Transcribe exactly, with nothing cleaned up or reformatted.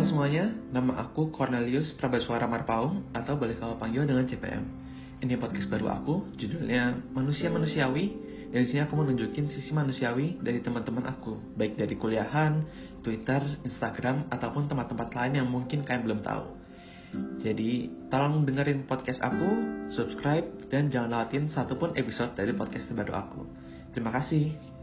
semuanya, nama aku Cornelius Prabaswara Marpaung atau boleh kau panggil dengan C P M. Ini podcast baru aku, judulnya Manusia Manusiawi. Dari sini aku mau nunjukin sisi manusiawi dari teman-teman aku, baik dari kuliahan, Twitter, Instagram, ataupun tempat-tempat lain yang mungkin kalian belum tahu. Jadi, tolong dengerin podcast aku, subscribe, dan jangan lewatin satupun episode dari podcast terbaru aku. Terima kasih.